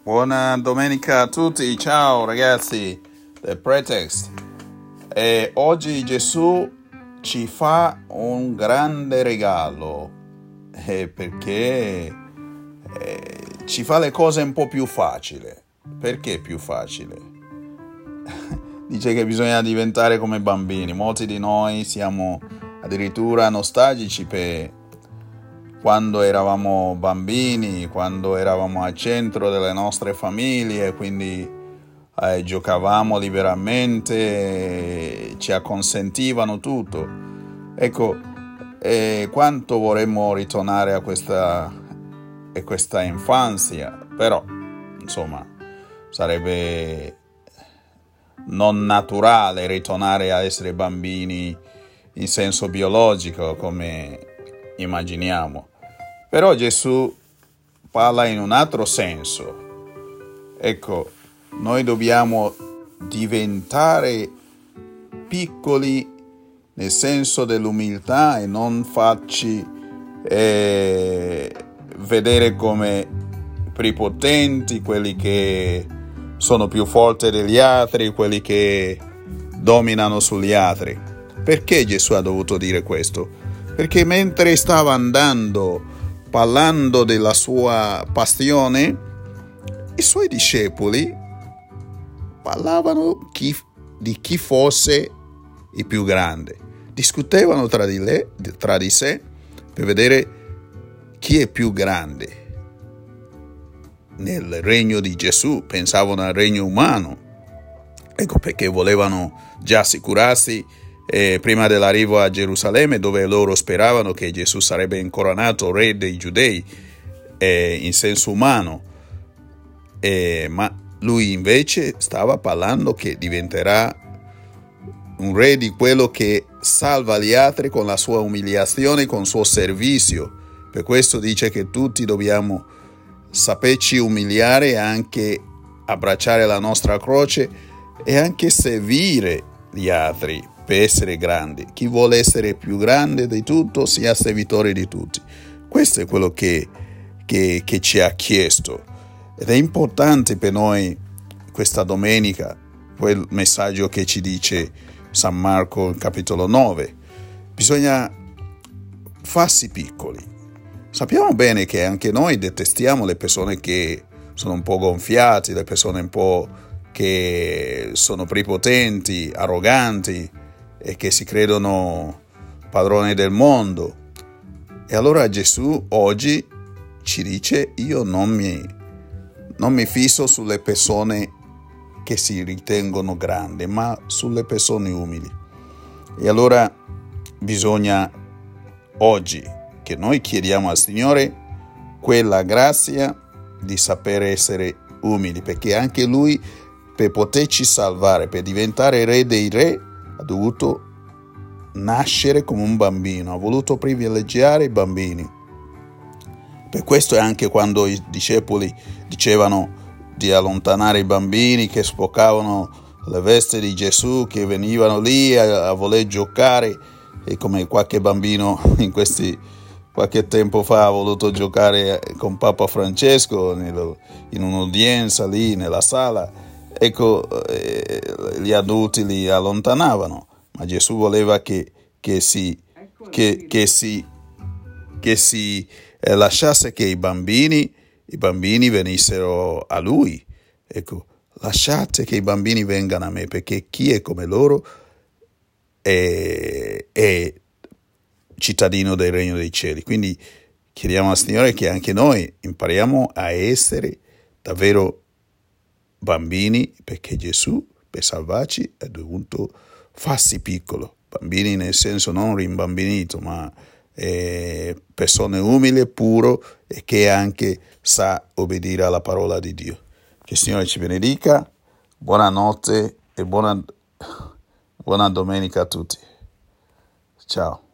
Buona domenica a tutti, ciao ragazzi, The Pretext. E oggi Gesù ci fa un grande regalo, perché ci fa le cose un po' più facili. Perché più facile? Dice che bisogna diventare come bambini. Molti di noi siamo addirittura nostalgici per quando eravamo bambini, quando eravamo al centro delle nostre famiglie, quindi giocavamo liberamente, ci acconsentivano tutto. Ecco, quanto vorremmo ritornare a questa infanzia, però, insomma, sarebbe non naturale ritornare a essere bambini in senso biologico, come immaginiamo. Però Gesù parla in un altro senso. Ecco, noi dobbiamo diventare piccoli nel senso dell'umiltà e non farci vedere come prepotenti, quelli che sono più forti degli altri, quelli che dominano sugli altri. Perché Gesù ha dovuto dire questo? Perché mentre stava andando parlando della sua passione, i suoi discepoli parlavano di chi fosse il più grande. Discutevano tra di sé per vedere chi è più grande. Nel regno di Gesù pensavano al regno umano. Ecco perché volevano già assicurarsi prima dell'arrivo a Gerusalemme, dove loro speravano che Gesù sarebbe incoronato re dei Giudei in senso umano, ma lui invece stava parlando che diventerà un re di quello che salva gli altri con la sua umiliazione, con il suo servizio. Per questo dice che tutti dobbiamo saperci umiliare e anche abbracciare la nostra croce e anche servire gli altri per essere grandi. Chi vuole essere più grande di tutto sia servitore di tutti. Questo è quello che ci ha chiesto, ed è importante per noi questa domenica quel messaggio che ci dice San Marco capitolo 9. Bisogna farsi piccoli. Sappiamo bene che anche noi detestiamo le persone che sono un po' gonfiate, le persone un po' che sono prepotenti, arroganti e che si credono padroni del mondo. E allora Gesù oggi ci dice: io non mi fisso sulle persone che si ritengono grandi, ma sulle persone umili. E allora bisogna oggi che noi chiediamo al Signore quella grazia di sapere essere umili, perché anche Lui, per poterci salvare, per diventare re dei re, ha dovuto nascere come un bambino, ha voluto privilegiare i bambini. Per questo è anche quando i discepoli dicevano di allontanare i bambini che spoccavano le vesti di Gesù, che venivano lì a voler giocare, e come qualche bambino qualche tempo fa ha voluto giocare con Papa Francesco in un'udienza lì nella sala. Ecco, gli adulti li allontanavano, ma Gesù voleva che si lasciasse che i bambini venissero a Lui. Ecco, lasciate che i bambini vengano a me, perché chi è come loro è cittadino del regno dei cieli. Quindi chiediamo al Signore che anche noi impariamo a essere davvero bambini, perché Gesù per salvarci è dovuto farsi piccolo. Bambini nel senso non rimbambinito, ma persone umili e puro, e che anche sa obbedire alla parola di Dio. Che il Signore ci benedica. Buonanotte e buona domenica a tutti. Ciao.